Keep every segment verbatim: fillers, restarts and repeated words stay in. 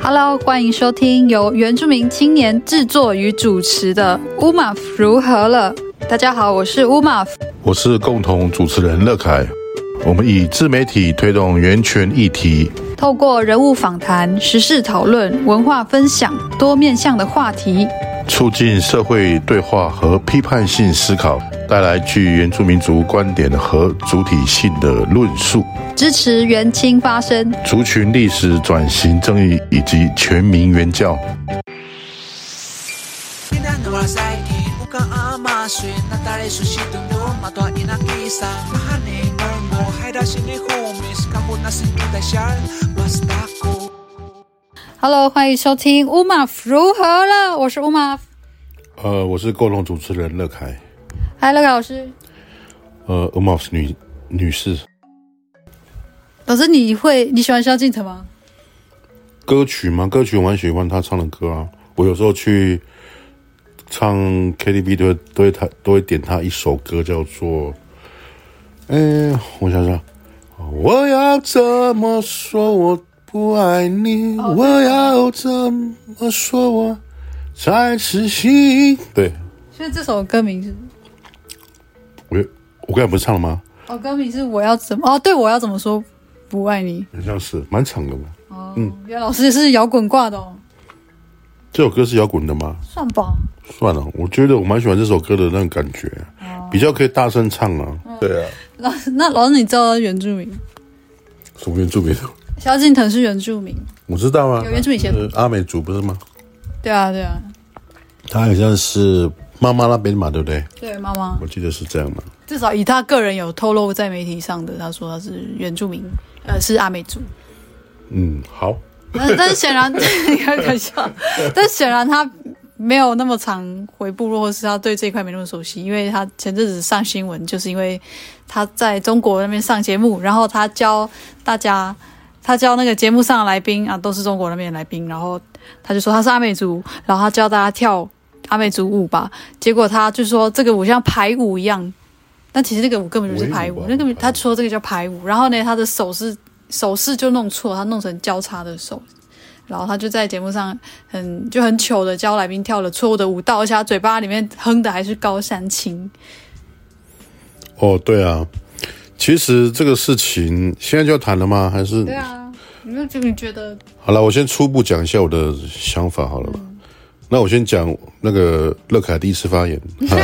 Hello， 欢迎收听由原住民青年制作与主持的乌马夫如何了。大家好，我是乌马夫， 我是共同主持人乐凯。我们以自媒体推动原权议题， 透过人物访谈、时事讨论、文化分享多面向的话题， 促进社会对话和批判性思考，带来具原住民族观点和主体性的论述， 支持原青发声， 族群历史转型正义以及全民原教。 Hello， 欢迎收听乌马夫如何了，我是乌马夫。 呃，我是共同主持人乐凯。 嗨，乐凯老师。 呃，乌马夫女女士。 老师，你会你喜欢萧敬腾吗？ 歌曲吗？歌曲我蛮喜欢他唱的歌啊。我有时候去唱 K T V 都会都会他都会点他一首歌，叫做，哎，我想想，我要怎么说我不爱你？哦、我要怎么说我才痴心？对， 所以这首歌名是， 我我刚才不是唱了吗？ 哦，歌名是我要怎么？哦，对，我要怎么说不爱你？ 好像是蛮长的嘛。 哦，嗯，原来老师也是摇滚挂的哦。 这首歌是摇滚的吗？ 算吧。 算了，我觉得我蛮喜欢这首歌的那种感觉，哦、比较可以大声唱啊。嗯、对啊。 老那老师，你知道原住民？ 什么原住民？ 萧敬腾是原住民。 我知道啊， 有原住民血统、 呃。阿美族不是吗？ 对啊，对啊。 他好像是妈妈那边嘛，对不对？ 对，妈妈。 我记得是这样嘛。 至少以他个人有透露在媒体上的，他说他是原住民，呃，是阿美族。 嗯，好。 但但是显然开玩笑，但显然他没有那么常回部落，或是他对这一块没那么熟悉，因为他前阵子上新闻，就是因为他在中国那边上节目，然后他教大家，他教那个节目上的来宾啊，都是中国那边的来宾，然后他就说他是阿美族，然后他教大家跳阿美族舞吧，结果他就说这个舞像排舞一样，但其实那个舞根本就是排舞，那个他说这个叫排舞，然后呢，他的手是。手势就弄错，他弄成交叉的手，然后他就在节目上很就很糗的教来宾跳了错误的舞蹈，而且他嘴巴里面哼的还是高山青。 哦，对啊，其实这个事情现在就要谈了吗？还是？ 对啊，你就就你觉得？ 好了，我先初步讲一下我的想法好了吧。嗯、那我先讲那个乐凯第一次发言。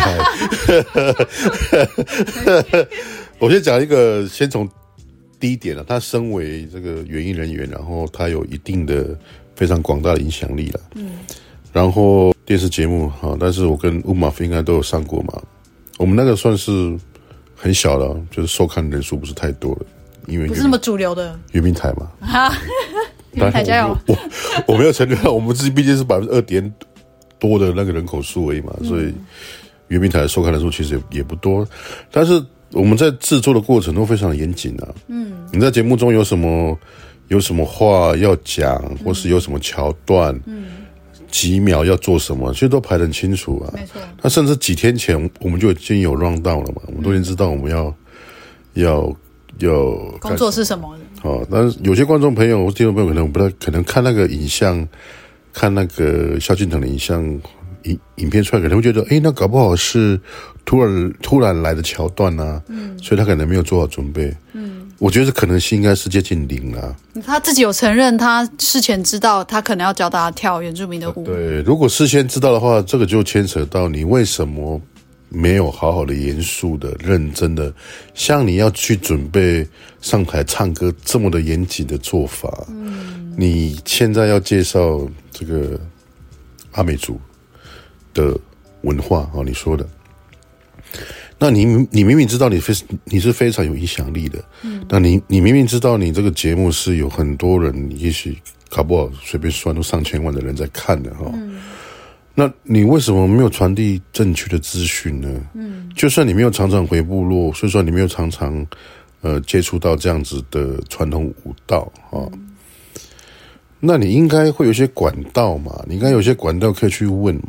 我先讲一个，先从。第一点啊，他身为这个演艺人员，然后他有一定的非常广大的影响力啦。嗯，然后电视节目哈，但是我跟乌马夫应该都有上过嘛。我们那个算是很小的，就是收看人数不是太多了，因为不是那么主流的原民台嘛。 哈，原民台加油！ 我我我没有承认，我们自己毕竟是百分之二点多的那个人口数而已嘛，嗯、所以原民台的收看人数其实也也不多，但是。我们在制作的过程都非常的严谨啊。嗯，你在节目中有什么有什么话要讲，或是有什么桥段，嗯，几秒要做什么，其实都排得很清楚啊。没错。那甚至几天前我们就已经有 round down 了嘛，我们都已经知道我们要要要工作是什么的。 哦，但是有些观众朋友或听众朋友可能不太可能看那个影像，看那个萧敬腾的影像影影片出来，可能会觉得，哎，那搞不好是。突然突然来的桥段啊，嗯，所以他可能没有做好准备，嗯，我觉得可能性应该是接近零啦。 他自己有承认，他事前知道他可能要教大家跳原住民的舞。 对，如果事先知道的话，这个就牵扯到你为什么没有好好的、严肃的、认真的，像你要去准备上台唱歌这么的严谨的做法。嗯，你现在要介绍这个阿美族的文化啊，你说的。那你你明明知道你非你是非常有影响力的，嗯，那你你明明知道你这个节目是有很多人，也许搞不好随便算都上千万的人在看的哈，嗯，那你为什么没有传递正确的资讯呢？嗯，就算你没有常常回部落，所以说你没有常常呃接触到这样子的传统舞蹈哈，嗯，那你应该会有一些管道嘛，你应该有些管道可以去问嘛。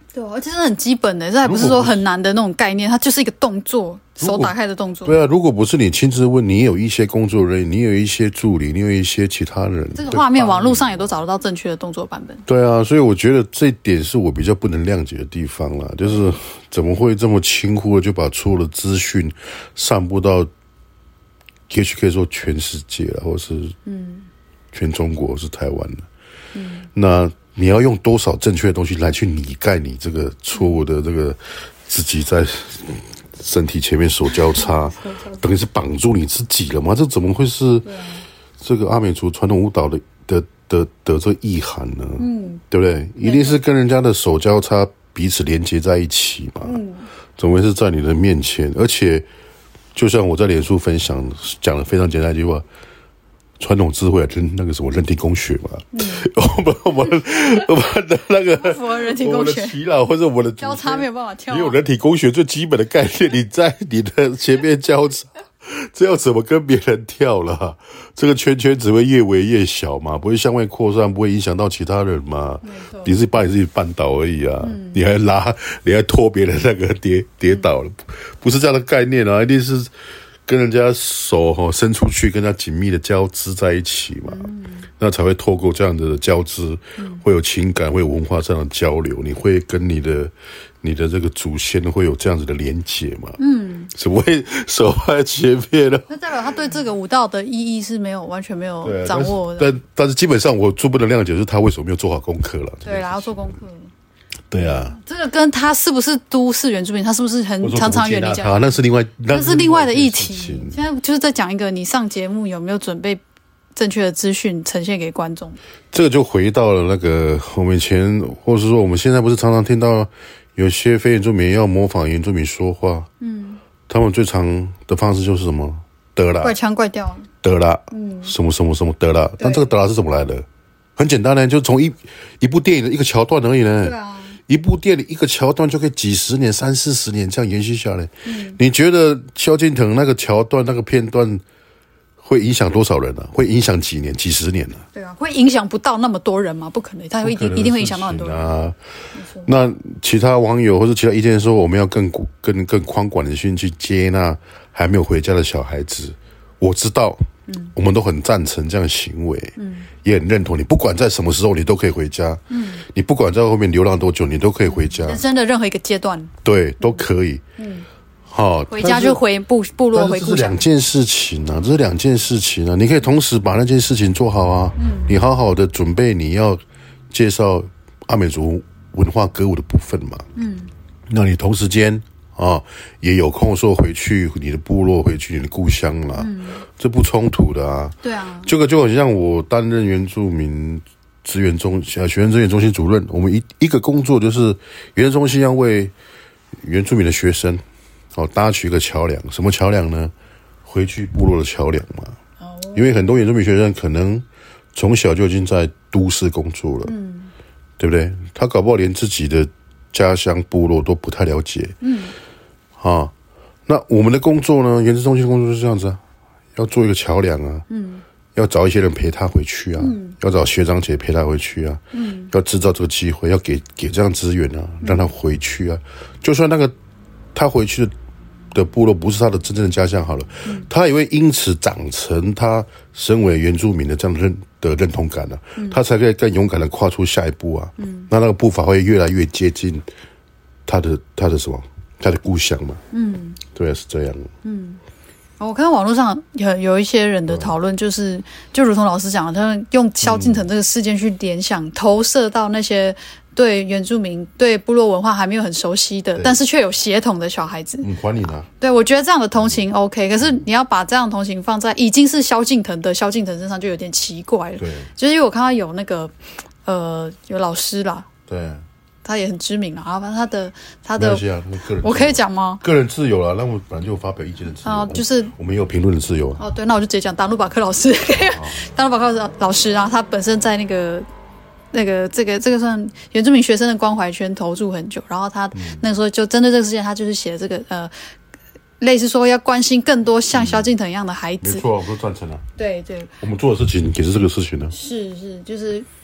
对啊，而且是很基本的，这还不是说很难的那种概念，它就是一个动作，手打开的动作。 对啊，如果不是你亲自问，你有一些工作人员，你有一些助理，你有一些其他人， 这个画面网络上也都找得到正确的动作版本。 对啊，所以我觉得这一点是我比较不能谅解的地方啦，就是怎么会这么轻忽的就把所有的资讯散布到，也许可以说全世界了，或是嗯，全中国是台湾的，嗯，那。你要用多少正确的东西来去拟盖你这个错误的这个自己在身体前面手交叉，等于是绑住你自己了吗？这怎么会是这个阿美族传统舞蹈的的的的这个意涵呢？嗯，对不对？一定是跟人家的手交叉彼此连接在一起嘛。嗯，怎么会是在你的面前？而且，就像我在脸书分享讲的非常简单一句话。传统智慧就是那个什么人体工学嘛，嗯、我们我们我们的那个符合人体工学， 我们的耆老或者我们的交叉没有办法跳、啊， 你有人体工学最基本的概念，你在你的前面交叉，这要怎么跟别人跳了？这个圈圈只会越围越小嘛，不会向外扩散，不会影响到其他人嘛？你是把你自己绊倒而已啊，嗯、你还拉，你还拖别人那个跌跌倒了，不是这样的概念啊，一定是。跟人家手哈伸出去，跟他紧密的交织在一起嘛，嗯、那才会透过这样的交织，嗯、会有情感，会有文化上的交流。你会跟你的你的这个祖先会有这样子的连结嘛？嗯，怎么会手放在前面呢？ 那代表他对这个舞蹈的意义是没有完全没有掌握的。 但但, 但是基本上我最不能谅解是他为什么没有做好功课了。 对啦，要做功课。 对啊， 这个跟他是不是都市原住民，他是不是很常常远离家？ 那是另外， 那是另外的议题。现在就是在讲一个，你上节目有没有准备正确的资讯呈现给观众？ 这个就回到了那个我们以前，或是说我们现在不是常常听到有些非原住民要模仿原住民说话，嗯，他们最常的方式就是什么？得啦， 怪腔怪调， 得啦，嗯，什么什么什么得啦。但这个得啦是怎么来的？很简单呢，就从一一部电影的一个桥段而已呢。对啊。一部电影一个桥段就可以几十年、三四十年这样延续下来。嗯，你觉得萧敬腾那个桥段、那个片段会影响多少人呢、啊？会影响几年、几十年呢、啊？ 对啊，会影响不到那么多人吗？不可能，他会一定一定会影响到很多人啊。 那其他网友或者其他意见说，我们要更更更宽广的心去接纳还没有回家的小孩子。我知道，嗯，我们都很赞成这样的行为，嗯，也很认同你，不管在什么时候你都可以回家，嗯，你不管在后面流浪多久，你都可以回家， 人生的任何一个阶段， 对，都可以，嗯，好， 回家就回部部落回故乡， 这是两件事情啊，这是两件事情啊，你可以同时把那件事情做好啊，嗯，你好好的准备你要介绍阿美族文化歌舞的部分嘛，嗯，那你同时间。啊，也有空的时候回去你的部落，回去你的故乡啦，嗯、这不冲突的啊。 对啊， 这个就很像我担任原住民资源中呃学生资源中心主任，我们一一个工作就是原住中心要为原住民的学生哦搭起一个桥梁，什么桥梁呢？回去部落的桥梁嘛。哦，因为很多原住民学生可能从小就已经在都市工作了，嗯，对不对？他搞不好连自己的家乡部落都不太了解，嗯。啊，那我们的工作呢？原子中心工作是这样子啊，要做一个桥梁啊，嗯，要找一些人陪他回去啊，嗯，要找学长姐陪他回去啊，嗯，要制造这个机会，要给给这样资源啊，让他回去啊。就算那个他回去的的部落不是他的真正的家乡好了，嗯，他也会因此长成他身为原住民的这样的认的认同感啊，嗯，他才可以更勇敢的跨出下一步啊，嗯，那那个步伐会越来越接近他的他的什么？他的故乡嘛，嗯，对啊，是这样。嗯， 我看到网络上有有一些人的讨论，就是、嗯、就如同老师讲的，他们用萧敬腾这个事件去联想、嗯、投射到那些对原住民、对部落文化还没有很熟悉的，但是却有血统的小孩子。 嗯，还你呢？ 对，我觉得这样的同情 OK， 可是你要把这样的同情放在已经是萧敬腾的萧敬腾身上，就有点奇怪了。对，就是因为我看到有那个呃有老师啦，对。他也很知名了，然后他的他的， 啊、个人我可以讲吗？ 个人自由啦，那我本来就有发表意见的自由啊，就是我们也有评论的自由啊。 哦，对，那我就直接讲达努巴克老师，达努巴克老师啊，他本身在那个那个这个这个算原住民学生的关怀圈投注很久，然后他、嗯、那个时候就针对这个事件，他就是写这个呃，类似说要关心更多像萧敬腾一样的孩子。 嗯、没错，我都赞成了。 对对， 我们做的事情也是这个事情呢。 是是，就是。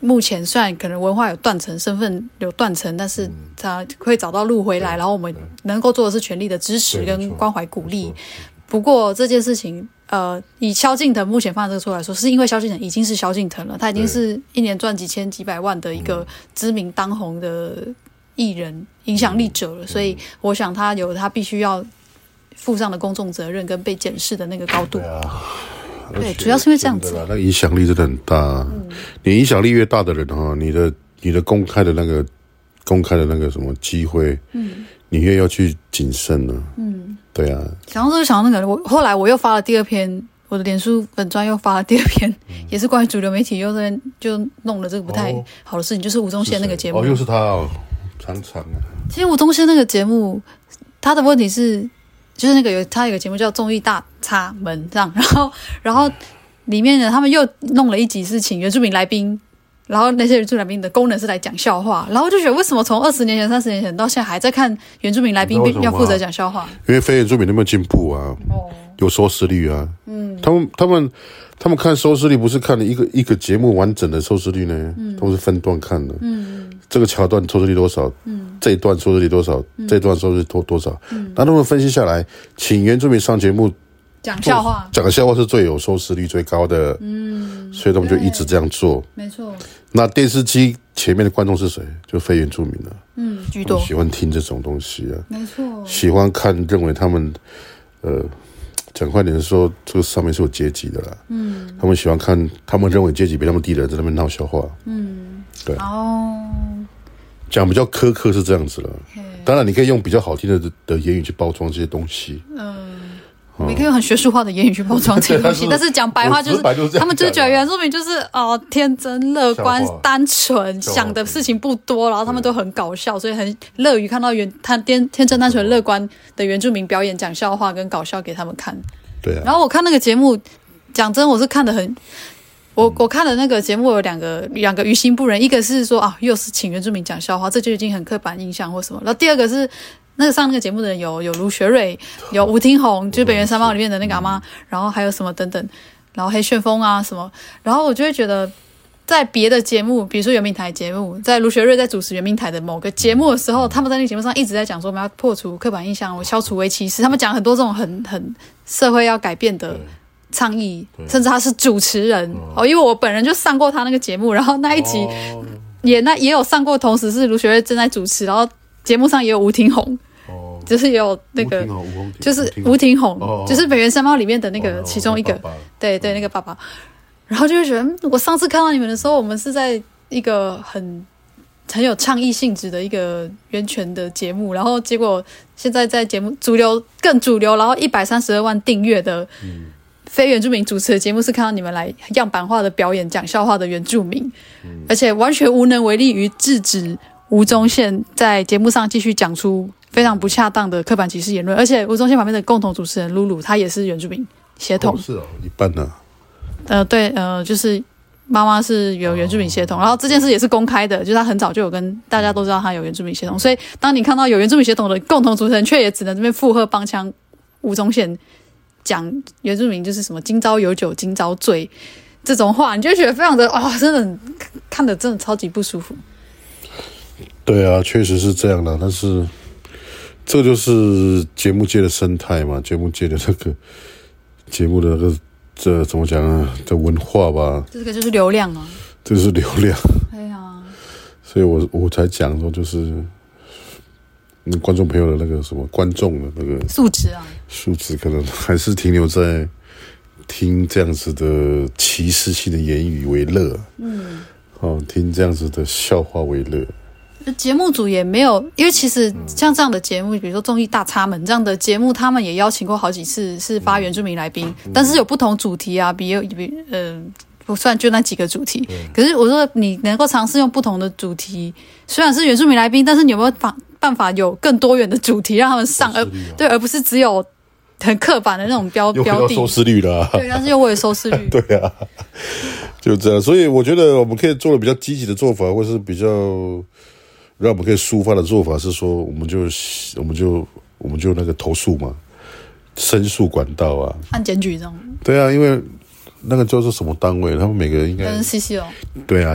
目前虽然可能文化有断层，身份有断层，但是他会找到路回来，然后我们能够做的是全力的支持跟关怀鼓励。不过这件事情，呃，以萧敬腾目前放在这个出来说，是因为萧敬腾已经是萧敬腾了，他已经是一年赚几千几百万的一个知名当红的艺人、影响力者了，所以我想他有他必须要负上的公众责任跟被检视的那个高度。 对啊。 对，主要是因为这样子， 那影响力真的很大、啊嗯。你影响力越大的人哈，你的你的公开的那个公开的那个什么机会，嗯，你越要去谨慎了。嗯，对啊。 想到这个，想到那个，我后来我又发了第二篇，我的脸书粉专又发了第二篇，嗯、也是关于主流媒体又在就弄了这个不太好的事情，哦、就是吴宗宪那个节目。 哦，又是他哦，常常啊。 其实吴宗宪那个节目，他的问题是。就是那个有他有个节目叫综艺大插门这样，然后然后里面呢他们又弄了一集是请原住民来宾，然后那些原住民来宾的功能是来讲笑话，然后就觉得为什么从二十年前三十年前到现在还在看原住民来宾要负责讲笑话？ 因为非原住民有没有进步啊？哦，有收视率啊。嗯，他们他们他们看收视率不是看了一个一个节目完整的收视率呢，嗯、都是分段看的。嗯，这个桥段收视率多少？嗯。这一段收视率多少？嗯、这一段收视率多多少？嗯，那他们分析下来，请原住民上节目讲笑话， 讲笑话是最有收视率最高的。嗯，所以他们就一直这样做。 没错。 那电视机前面的观众是谁？就非原住民了。 嗯，居多。 喜欢听这种东西啊。 没错。 喜欢看，认为他们，呃，讲快点说，这个上面是有阶级的啦。嗯。他们喜欢看，他们认为阶级比他们低的人在那边闹笑话。嗯。对。哦。讲比较苛刻是这样子了，当然你可以用比较好听的的言语去包装这些东西。嗯， 我们可以用很学术化的言语去包装这些东西，但是讲白话就是，就是他们就是觉得原住民就是哦天真乐观、单纯，想的事情不多，然后他们都很搞笑，所以很乐于看到原他天天真、单纯、乐观的原住民表演讲笑话跟搞笑给他们看。 对啊。 然后我看那个节目，讲真，我是看得很。我我看的那个节目有两个两个于心不忍，一个是说啊，又是请原住民讲笑话，这就已经很刻板印象或什么。然后第二个是那个上那个节目的人有有卢学瑞，有吴听红，就是《北原三猫》里面的那个阿妈，然后还有什么等等，然后黑旋风啊什么。然后我就会觉得，在别的节目，比如说原民台节目，在卢学瑞在主持原民台的某个节目的时候，他们在那个节目上一直在讲说我们要破除刻板印象，我消除为歧视，他们讲很多这种很很社会要改变的。倡议，甚至他是主持人哦，因为我本人就上过他那个节目，然后那一集也那也有上过，同时是卢学瑞正在主持，然后节目上也有吴廷宏，哦，就是也有那个，就是吴廷宏，哦，就是《北原山猫》里面的那个其中一个，哦，爸爸对对，那个爸爸，然后就会觉得，我上次看到你们的时候，我们是在一个很很有倡议性质的一个源泉的节目，然后结果现在在节目主流更主流，然后一百三十二万订阅的。嗯非原住民主持的节目是看到你们来样板化的表演讲笑话的原住民，嗯，而且完全无能为力于制止吴宗宪在节目上继续讲出非常不恰当的刻板歧视言论，而且吴宗宪旁边的共同主持人露露，他也是原住民血统，哦， 是哦，一半呢， 啊。呃，对，呃，就是妈妈是有原住民血统，哦，然后这件事也是公开的，就是他很早就有跟大家都知道他有原住民血统，所以当你看到有原住民血统的共同主持人，却也只能这边附和帮腔吴宗宪。讲原住民就是什么今朝有酒今朝醉这种话，你就觉得非常的哦，真的很看得真的超级不舒服。 对啊，确实是这样的，但是这就是节目界的生态嘛，节目界的那个节目的那个这怎么讲啊？的文化吧。 这个就是流量啊。 这是流量。 对啊。 所以我我才讲说就是。那观众朋友的那个什么观众的那个素质啊， 素质可能还是停留在听这样子的歧视性的言语为乐，嗯，哦，听这样子的笑话为乐。 节目组也没有，因为其实像这样的节目，比如说综艺大插门这样的节目，他们也邀请过好几次是发原住民来宾，嗯，但是有不同主题啊，比比呃。不算就那几个主题，可是我说你能够尝试用不同的主题，虽然是原住民来宾，但是你有没有办办法有更多元的主题让他们上，而对，而不是只有很刻板的那种标标的收视率了， 对，但是又为了收视率， 对啊，就这样。所以我觉得我们可以做的比较积极的做法，或是比较让我们可以抒发的做法是说，我们就我们就我们就那个投诉嘛，申诉管道啊， 按检举这种， 对啊，因为。那个叫做什么单位？他们每个人应该 N C C 哦。 对啊，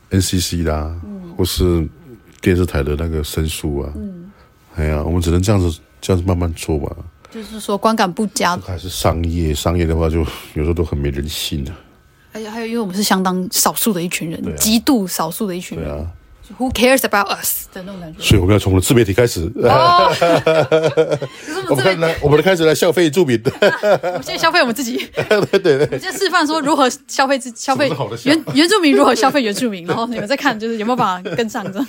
N C C 啦，嗯、或是电视台的那个申诉啊，嗯，哎呀，我们只能这样子这样子慢慢做吧。 就是说观感不佳， 还是商业，商业的话就有时候都很没人性的、啊。 而且还有，因为我们是相当少数的一群人， 啊、 极度少数的一群人。 对啊。 Who cares about us 的那种感觉。 所以我们要从自媒体开始。哦、我们来，我们开始来消费著名的。 我们现在消费我们自己。 对对对。 我们现在示范说如何消费自消费原原住民如何消费原住民，然后你们再看就是有没有办法跟上这样。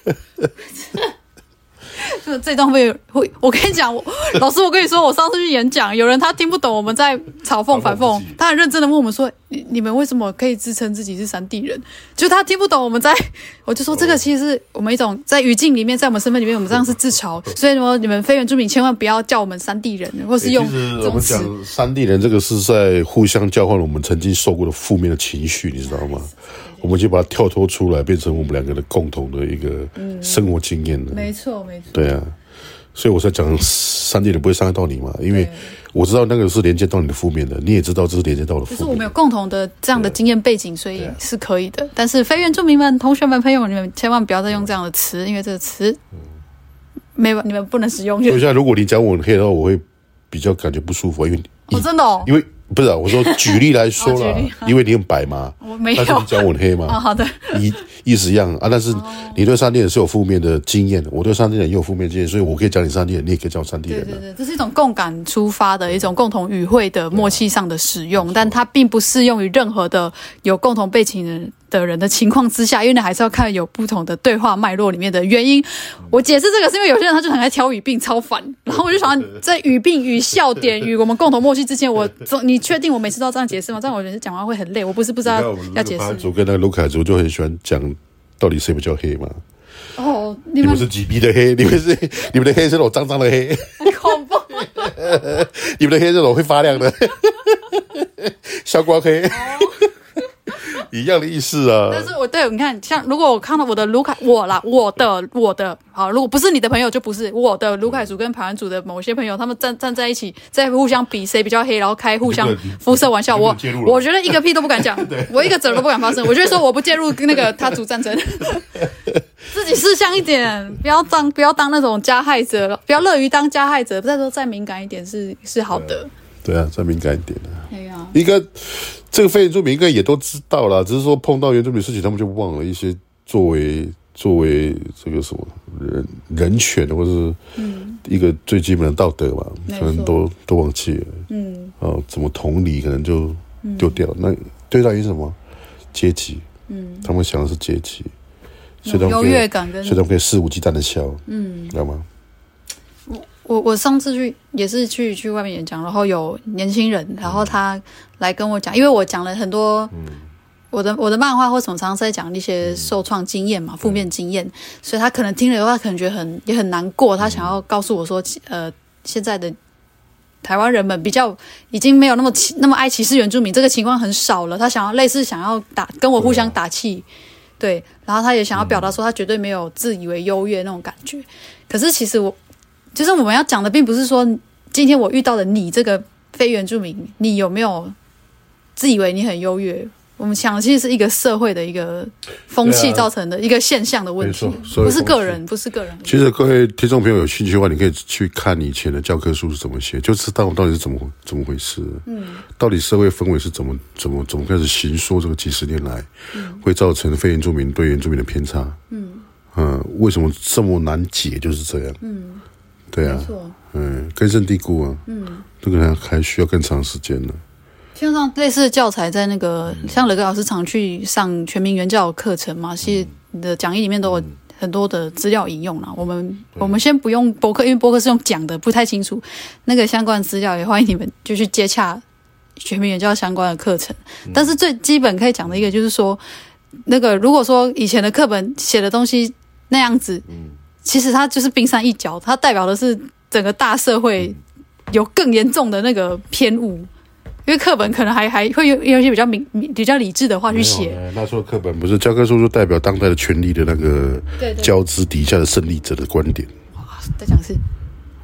就这段会会，我跟你讲，我老师，我跟你说，我上次去演讲，有人他听不懂我们在嘲讽反讽，他很认真的问我们说，你你们为什么可以自称自己是山地人？就他听不懂我们在，我就说这个其实是我们一种在语境里面，在我们身份里面，我们这样是自嘲，所以说你们非原住民千万不要叫我们山地人，或是用这种词。 我们讲山地人这个是在互相交换我们曾经受过的负面的情绪，你知道吗？我们就把它跳脱出来，变成我们两个的共同的一个生活经验了、嗯。没错，没错。对啊，所以我才讲山地人不会伤害到你嘛，因为我知道那个是连接到你的负面的，你也知道这是连接到我的负面的。就是我们有共同的这样的经验背景，所以是可以的。但是非原住民们、同学们、朋友们，你们千万不要再用这样的词，因为这个词没有你们不能使用。所以现在如果你讲我很黑的话，我会比较感觉不舒服，因为哦，真的哦， 因为。不是啊，我说举例来说啦，哦、因为你很白嘛， 我没有， 但是你讲我很黑嘛， 哦、好的， 意意思一样啊。但是你对山地人是有负面的经验，我对山地人也有负面的经验，所以我可以讲你山地人，你也可以讲我山地人、啊。 对对对，这是一种共感出发的一种共同语汇的默契上的使用，但它并不适用于任何的有共同背景的的人的情况之下，因为你还是要看有不同的对话脉络里面的原因。我解释这个是因为有些人他就很爱挑语病，超烦。然后我就想在语病与笑点与我们共同默契之间，我你确定我每次都要这样解释吗？这样我觉得讲话会很累。我不是不知道要解释。 潘祖跟那个卢凯族就很喜欢讲到底谁比较黑嘛。 哦， 你们, 你们是几逼的黑？你们是你们的黑是那种脏脏的黑， 很恐怖。 你们的黑是那种会发亮的，消光黑。哦一样的意思啊， 但是我对你看，像如果我看到我的卢凯，我啦，我的我的好，如果不是你的朋友，就不是我的卢凯族跟排湾族的某些朋友，他们站站在一起，在互相比谁比较黑，然后开互相肤色玩笑，我我觉得一个屁都不敢讲，我一个字都不敢发声，我就会说我不介入那个他族战争，自己识相一点，不要当不要当那种加害者，不要乐于当加害者，再说再敏感一点是是好的。 对啊，再敏感一点啊。对啊，应该这个非原住民应该也都知道啦，只是说碰到原住民的事情，他们就忘了一些作为作为这个什么人人权或者是一个最基本的道德嘛，嗯、可能都都忘记了。嗯，哦，怎么同理可能就丢掉。嗯、那对待于什么阶级？嗯，他们想的是阶级，所以他们优越感跟，所以他们可以肆无忌惮的笑。嗯，知道吗？ 我我上次去也是去去外面演讲，然后有年轻人，然后他来跟我讲，因为我讲了很多我的我的漫画或什么，常常在讲一些受创经验嘛，负面经验，所以他可能听了以后，他可能觉得很也很难过，他想要告诉我说，呃，现在的台湾人们比较已经没有那么那么爱歧视原住民，这个情况很少了，他想要类似想要打跟我互相打气，对，然后他也想要表达说，他绝对没有自以为优越那种感觉，可是其实我。就是我们要讲的并不是说今天我遇到的你这个非原住民，你有没有自以为你很优越，我们讲的其实是一个社会的一个风气造成的一个现象的问题，不是个人不是个人。 其实各位听众朋友有兴趣的话，你可以去看以前的教科书是怎么写，就知道到底是怎么怎么回事，嗯，到底社会氛围是怎么怎么怎么开始形塑，这个几十年来、嗯、会造成非原住民对原住民的偏差，嗯嗯，为什么这么难解就是这样，嗯对啊，嗯，根深蒂固啊，嗯，这个还需要更长时间呢。 像上类似的教材，在那个、嗯、像乐哥老师常去上全民原教课程嘛，其实你的讲义里面都有很多的资料引用啦。我们我们先不用播客，因为播客是用讲的，不太清楚那个相关的资料，也欢迎你们就去接洽全民原教相关的课程。嗯、但是最基本可以讲的一个就是说，那个如果说以前的课本写的东西那样子。嗯其实它就是冰山一角，它代表的是整个大社会有更严重的那个偏误，因为课本可能还还会有有一些比较明比较理智的话去写。 那时候课本不是教科书，就代表当代的权力的那个交织底下的胜利者的观点。 哇，再讲一次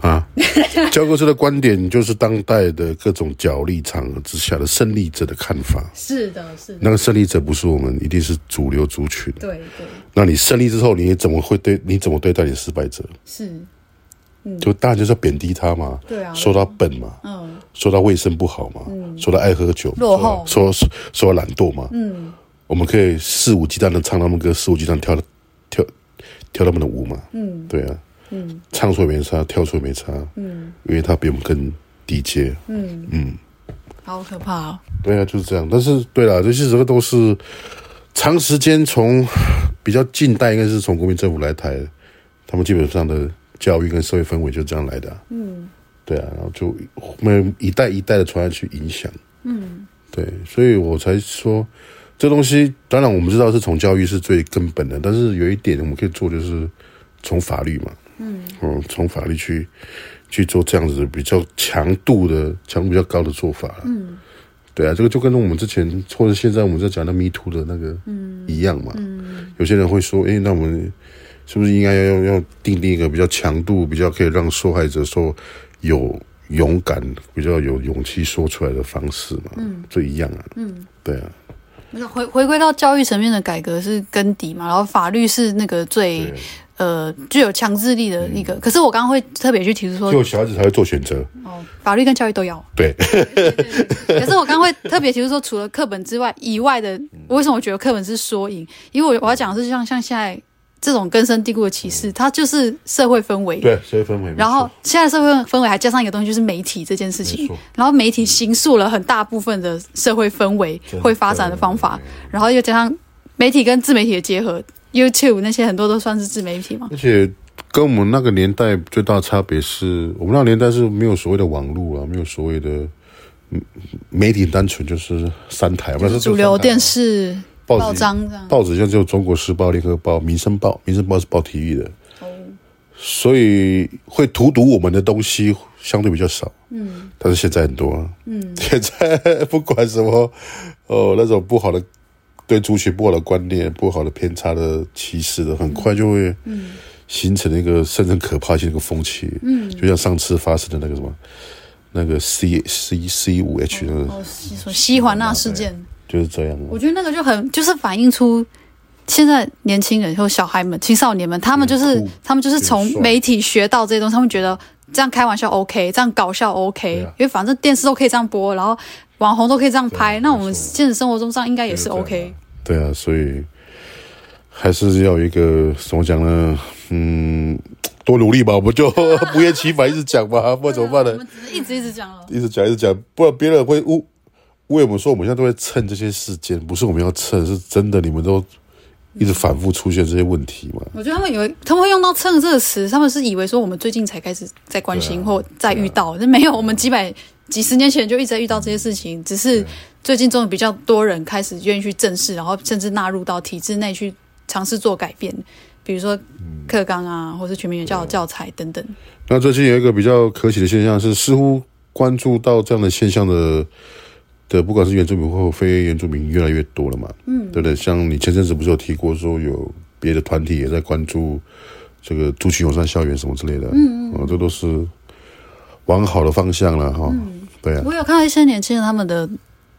啊，教科书的观点就是当代的各种角立场之下的胜利者的看法。 是的，是的。 那个胜利者不是我们，一定是主流族群。 对对。 那你胜利之后，你怎么会对？你怎么对待你的失败者？ 是。嗯， 就当然就是要贬低他嘛。 对啊。 说他笨嘛。嗯。说他卫生不好嘛。嗯。说他爱喝酒。 落后。 说说说他懒惰嘛。 嗯。 我们可以肆无忌惮的唱他们歌，肆无忌惮跳跳跳他们的舞嘛。嗯。对啊。嗯，唱错也没差，跳错也没差，嗯，因为他比我们更低阶，嗯嗯， 好可怕哦。 对啊，就是这样。但是，对啦，这些这个都是长时间从比较近代，应该是从国民政府来台，他们基本上的教育跟社会氛围就这样来的、啊，嗯，对啊，然后就我们一代一代的传下去影响，嗯，对，所以我才说这东西，当然我们知道是从教育是最根本的，但是有一点我们可以做就是从法律嘛。嗯，从法律去去做这样子比较强度的、强度比较高的做法。嗯，对啊，这个就跟我们之前或者现在我们在讲的 Me Too 的那个一样嘛。嗯，有些人会说，哎，那我们是不是应该要要订立一个比较强度、比较可以让受害者说有勇敢、比较有勇气说出来的方式嘛？嗯，这一样啊。嗯，对啊。 回回归到教育层面的改革是根底嘛，然后法律是那个最。呃，具有强制力的一个、嗯，可是我刚刚会特别去提出说， 只有小孩子才会做选择。 哦，法律跟教育都要。 对， 对对对对可是我刚刚会特别提出说，除了课本之外以外的，我为什么我觉得课本是缩影？因为我我要讲的是像像现在这种根深蒂固的歧视，它就是社会氛围。 对，社会氛围。 然后现在社会氛围还加上一个东西，就是媒体这件事情。然后媒体形塑了很大部分的社会氛围会发展的方法，然后又加上媒体跟自媒体的结合。YouTube 那些很多都算是自媒体嘛， 而且跟我们那个年代最大的差别是，我们那个年代是没有所谓的网络啊，没有所谓的媒体，单纯就是三台， 就是主流电视、报章这样。 报纸像只有《中国时报》、《联合报》、《民生报》，《民生报》是报体育的，哦，所以会荼毒我们的东西相对比较少。嗯，但是现在很多啊，嗯，现在不管什么哦那种不好的。对族群不好的观念、不好的偏差的歧视的，很快就会形成一个甚至可怕性的一个风气。嗯，就像上次发生的那个什么，那个 C C C 五 H 那个哦，西环那事件， 就是这样。 我觉得那个就很就是反映出现在年轻人或小孩们、青少年们，他们就是他们就是从媒体学到这些东西，他们觉得这样开玩笑 OK， 这样搞笑 OK，、啊、因为反正电视都可以这样播，然后。网红都可以这样拍，那我们现实生活中上应该也是 OK。 对啊，所以还是要有一个怎么讲呢？嗯，多努力吧，我们就不厌其烦一直讲吧，不然怎么办呢？ 我们只是一直一直讲了， 一直讲一直讲，不然别人会误为我们说我们现在都会蹭这些事件，不是我们要蹭，是真的你们都一直反复出现这些问题嘛。 我觉得他们以为他们会用到蹭这个词，他们是以为说我们最近才开始在关心、啊、或在遇到，但、啊、没有，我们几百。几十年前就一直在遇到这些事情，只是最近终于比较多人开始愿意去正视，然后甚至纳入到体制内去尝试做改变，比如说课纲啊，或是全民原教教材等等。 那最近有一个比较可喜的现象是，似乎关注到这样的现象的的，不管是原住民或非原住民，越来越多了嘛。嗯，对不对？像你前阵子不是有提过说有别的团体也在关注这个族群友善校园什么之类的，嗯嗯，啊，这都是。往好的方向了哈、嗯，对啊。 我有看到一些年轻人他们的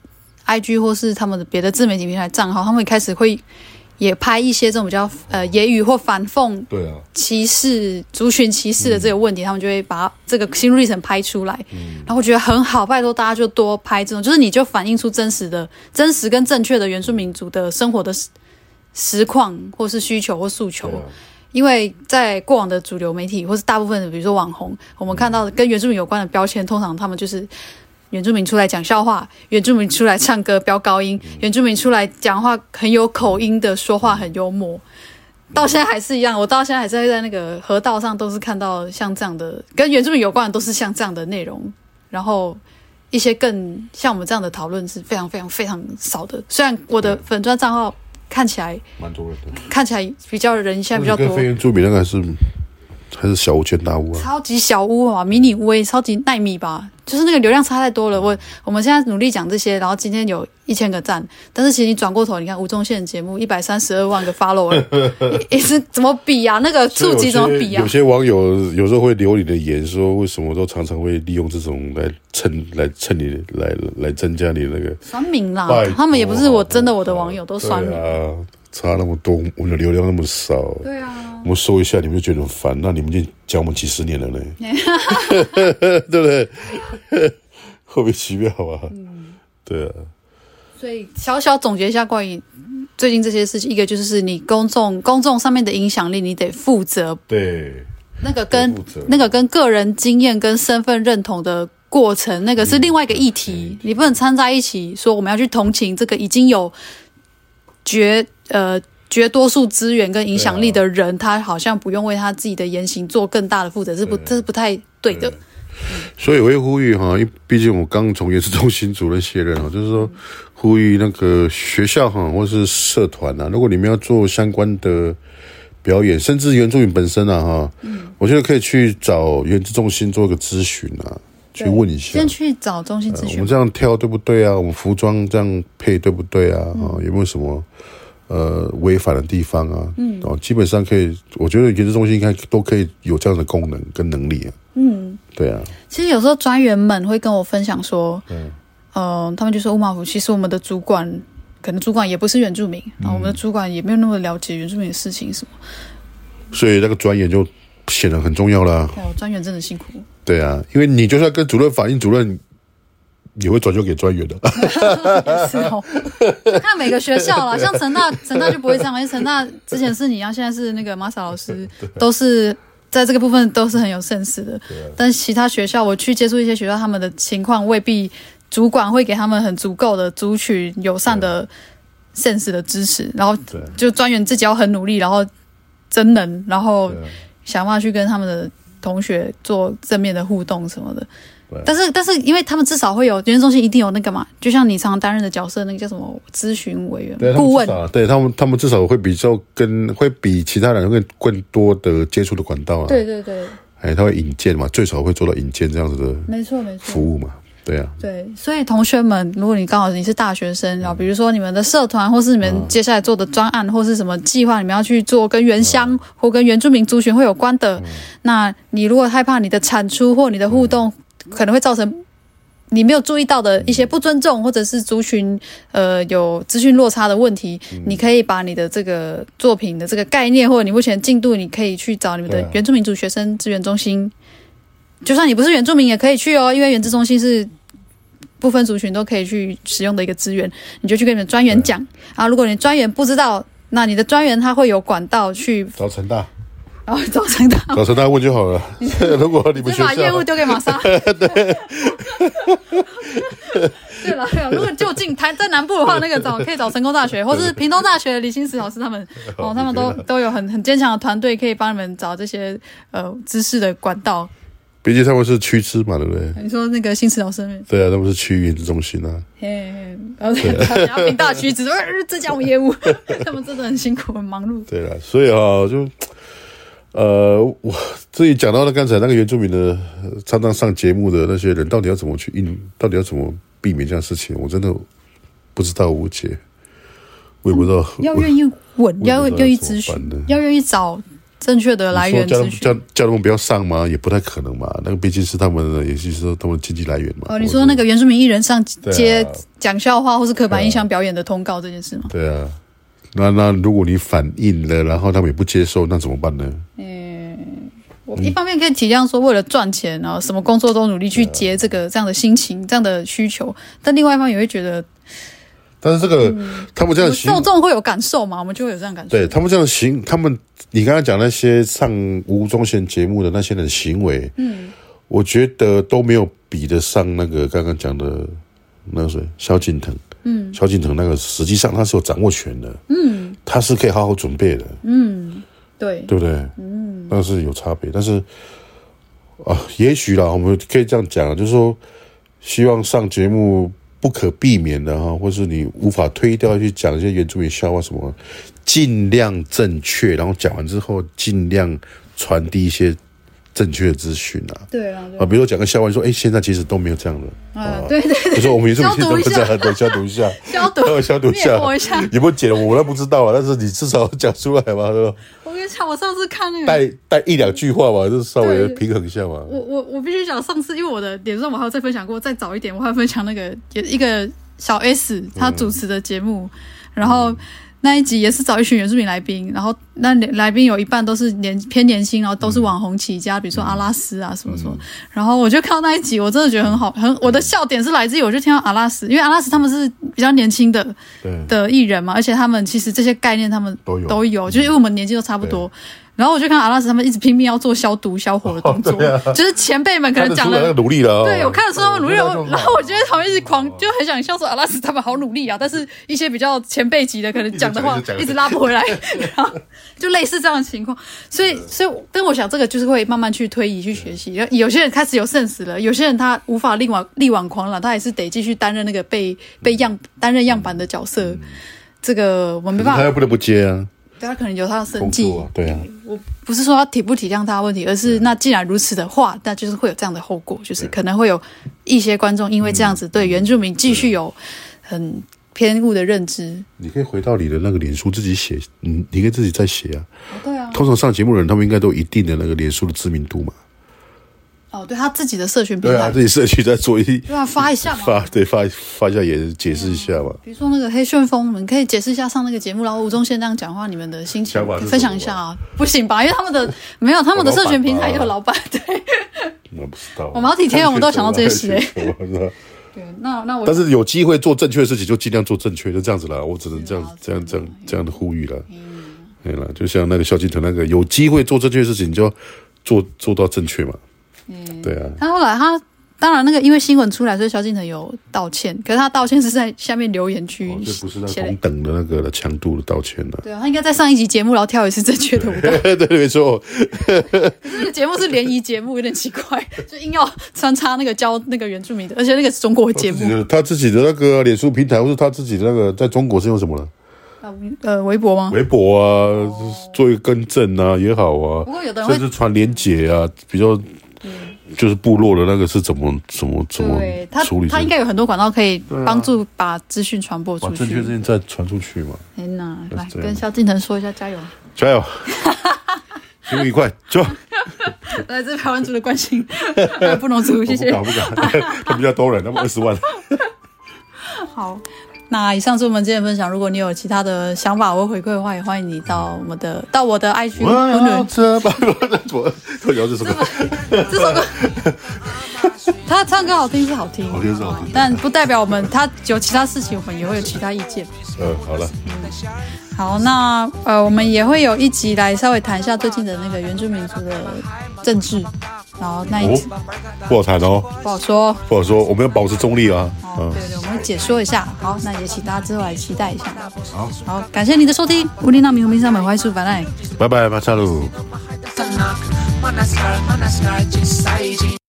I G 或是他们的别的自媒体平台账号，他们开始会也拍一些这种比较呃揶揄或反讽、对啊歧视族群歧视的这个问题，嗯、他们就会把这个心路历程拍出来，嗯、然后我觉得很好，拜托大家就多拍这种，就是你就反映出真实的、真实跟正确的原住民族的生活的实况，或是需求或诉求。因为在过往的主流媒体或是大部分的比如说网红，我们看到跟原住民有关的标签，通常他们就是原住民出来讲笑话，原住民出来唱歌飙高音，原住民出来讲话很有口音的说话很幽默，到现在还是一样，我到现在还是在那个河道上都是看到像这样的跟原住民有关的都是像这样的内容，然后一些更像我们这样的讨论是非常非常非常少的，虽然我的粉专账号看起来蛮多人的， 看起来比较人现在比较多， 跟非原住民那个是还是小巫见大巫啊？ 超级小巫啊，迷你巫，超级奈米吧，就是那个流量差太多了。我我们现在努力讲这些，然后今天有一千个赞，但是其实你转过头，你看吴宗宪的节目一百三十二万个 follower， 也是怎么比啊？那个触及怎么比啊？ 有些网友有时候会留你的言，说为什么都常常会利用这种来蹭来蹭你来来增加你那个酸民啦，他们也不是我真的我的网友都酸民啊，差那么多，我们的流量那么少， 对啊。 我们收一下，你们就觉得很烦，那你们已经讲我们几十年了呢，对不对？莫名其妙啊，嗯，对啊。 所以小小总结一下关于最近这些事情，一个就是你公众公众上面的影响力，你得负责， 对， 那个跟那个跟个人经验跟身份认同的过程，那个是另外一个议题，你不能掺在一起说我们要去同情这个已经有绝呃。绝多数资源跟影响力的人，啊、他好像不用为他自己的言行做更大的负责，这不这是不太对的。 对所以我会呼吁哈，毕竟我刚从原子中心主任卸任哈，就是说呼吁那个学校哈或是社团啊，如果你们要做相关的表演，甚至原住民本身啊哈，嗯，我觉得可以去找原子中心做一个咨询啊，去问一下， 先去找中心咨询、呃。 我们这样跳对不对啊？我们服装这样配对不对啊？嗯、有没有什么？呃，违反的地方啊，嗯，哦，基本上可以，我觉得原子中心应该都可以有这样的功能跟能力啊，嗯，对啊。 其实有时候专员们会跟我分享说，嗯，呃，他们就说乌马府，其实我们的主管可能主管也不是原住民，然后我们的主管也没有那么了解原住民的事情什么， 所以那个专员就显得很重要啦。 哦，专员真的辛苦。 对啊，因为你就算跟主任反映，主任也会转交给专员的。 是哦，看每个学校啦，像成大，成大就不会这样，因为成大之前是你要，现在是那个玛莎老师，都是在这个部分都是很有 sense 的。但其他学校，我去接触一些学校，他们的情况未必主管会给他们很足够的族群友善的 sense 的支持，然后就专员自己要很努力，然后真能，然后想办法去跟他们的同学做正面的互动什么的。但是，但是，因为他们至少会有原子中心一定有那个嘛，就像你常常担任的角色，那个叫什么咨询委员、顾问， 对他们，他们至少会比较跟会比其他人更更多的接触的管道啊。 对对对， 哎，他会引荐嘛，最少会做到引荐这样子的， 没错没错， 服务嘛，对啊， 对，所以同学们，如果你刚好你是大学生，然后比如说你们的社团，或是你们接下来做的专案，或是什么计划，你们要去做跟原乡或跟原住民族群会有关的，那你如果害怕你的产出或你的互动，可能会造成你没有注意到的一些不尊重，或者是族群呃有资讯落差的问题，嗯、你可以把你的这个作品的这个概念，或者你目前进度，你可以去找你们的原住民族学生资源中心。就算你不是原住民也可以去哦，因为原资中心是不分族群都可以去使用的一个资源，你就去跟你们专员讲啊。如果你专员不知道，那你的专员他会有管道去找成大。 然后找成大， 找成大问就好了。如果你们学校把业务丢给玛莎，对，对了，对了，如果就近台在南部的话，那个找可以找成功大学，或是屏东大学的李新石老师他们，哦，他们都都有很很坚强的团队，可以帮你们找这些呃知识的管道。 毕竟他们是区支嘛，对不对？ 你说那个新石老师们？ 对啊，他们是区原子中心啊。 嘿，然后然后屏大区只是增加我们业务，他们真的很辛苦，很忙碌。 对了，所以啊，就。呃，我自己讲到了刚才那个原住民的常常上节目的那些人，到底要怎么去应，到底要怎么避免这样的事情，我真的不知道无解，我也不知道。 要愿意问，要愿意咨询，要愿意找正确的来源资讯。 叫叫他们不要上吗？也不太可能嘛。那个毕竟是他们的，也是说他们的经济来源嘛。 哦，你说那个原住民艺人上接讲笑话或是刻板印象表演的通告这件事吗？ 对啊。那那如果你反映了，然后他们也不接受，那怎么办呢？ 嗯，我一方面可以体谅说，为了赚钱啊，什么工作都努力去接这个这样的心情、这样的需求，但另外一方面也会觉得， 但是这个、嗯、他们这样行， 受众会有感受嘛？我们就会有这样感受。 对他们这样行，他们你刚才讲那些上吴宗宪节目的那些人的行为，嗯，我觉得都没有比得上那个刚刚讲的那个谁萧敬腾。嗯，萧敬腾那个实际上他是有掌握权的，嗯，他是可以好好准备的， 嗯，对， 对不对？嗯，那是有差别，但是啊，也许啦，我们可以这样讲，就是说，希望上节目不可避免的哈，或是你无法推掉去讲一些原住民笑话什么，尽量正确，然后讲完之后尽量传递一些正确的资讯啊。 对啊，对啊，比如说讲个笑话，说哎，现在其实都没有这样的。 啊，对对对， 就说我们原住民消毒一下， 对，消毒一下， 消毒， 消毒一下， 灭一下。 有没有剪我都不知道啊，但是你至少讲出来嘛，对吧？ 我跟你讲，我上次看那个带带一两句话嘛，就稍微平衡一下嘛。 我我我必须讲，上次因为我的脸上我还有再分享过，再早一点我还有分享那个一个小 S 他主持的节目，嗯、然后。那一集也是找一群原住民来宾，然后那来宾有一半都是年偏年轻，然后都是网红起家，比如说阿拉斯啊什么什么。然后我就看到那一集，我真的觉得很好，很我的笑点是来自于我就听到阿拉斯，因为阿拉斯他们是比较年轻的的艺人嘛，而且他们其实这些概念他们都有，都有，就是因为我们年纪都差不多。然后我就看阿拉斯他们一直拼命要做消毒消火的动作，哦啊、就是前辈们可能讲了努力了、哦， 对我看得出他们努力了，然后我就在旁边一直狂就很想笑说阿拉斯他们好努力啊，但是一些比较前辈级的可能讲的话一直拉不回来，然后就类似这样的情况，所以所以但我想这个就是会慢慢去推移去学习，有些人开始有 sense 了，有些人他无法力挽力挽狂澜，他还是得继续担任那个被被样担任样板的角色，嗯、这个我没办法， 他又不得不接啊。 对他可能有他的生计、 啊，对啊， 我不是说他体不体谅他的问题，而是那既然如此的话，那就是会有这样的后果，就是可能会有一些观众因为这样子对原住民继续有很偏误的认知。 你可以回到你的那个脸书自己写，嗯，你可以自己再写啊。 哦，对啊。 通常上节目的人，他们应该都有一定的那个脸书的知名度嘛。 哦，对他自己的社群平台， 对啊，自己社区再做一， 对啊，发一下嘛， 发对发发一下也解释一下嘛。 比如说那个黑旋风，你们可以解释一下上那个节目，然后吴宗宪这样讲话，你们的心情分享一下啊？不行吧？因为他们的没有他们的社群平台也有老板，对。 我不知道， 我们好体贴，我们都想到这些事哎。对，那那我但是有机会做正确的事情，就尽量做正确，就这样子啦。我只能这样这样这样这样的呼吁了。对了，就像那个萧敬腾那个，有机会做正确的事情，就要做做到正确嘛。嗯，对啊。他后来他当然那个因为新闻出来，所以萧敬腾有道歉，可是他道歉是在下面留言区， 这、哦、不是那同等的那个强度的道歉了。 对啊，他应该在上一集节目然后跳一次正确的舞蹈。 对对，没错。 这个节目是联谊节目，有点奇怪，就硬要穿插那个教那个原住民的，而且那个是中国节目。 他自己的那个脸书平台，或是他自己的那个在中国是用什么呢？ 呃，微博吗？ 微博啊，哦、做一个更正啊也好啊。 不过有的人会甚至传连结啊，比较。嗯，就是部落的那个是怎么怎么怎么处理？ 他应该有很多管道可以帮助把资讯传播出去， 把正确资讯再传出去嘛。 天哪，来跟萧敬腾说一下，加油， 加油，心愉快，走。 来自台湾族的关心，不能族，谢谢。 不敢不敢，他比较多人，他们二十万。 好。那以上是我们今天的分享，如果你有其他的想法或回馈的话，也欢迎你到我们的到我的 I G 我要这把我我聊这首歌， 这首歌他唱歌好听是好听， 好听是好听， 但不代表我们他有其他事情，我们也会有其他意见。 呃，好了， 嗯，好，那呃，我们也会有一集来稍微谈一下最近的那个原住民族的政治。然后那一集、哦、 不好谈哦， 不好说， 不好说，我们要保持中立啊。 哦，对对，我们会解说一下。好，那也请大家之后来期待一下。好，好，感谢你的收听，乌里纳米和明上美怀素反爱， 拜拜，马萨鲁。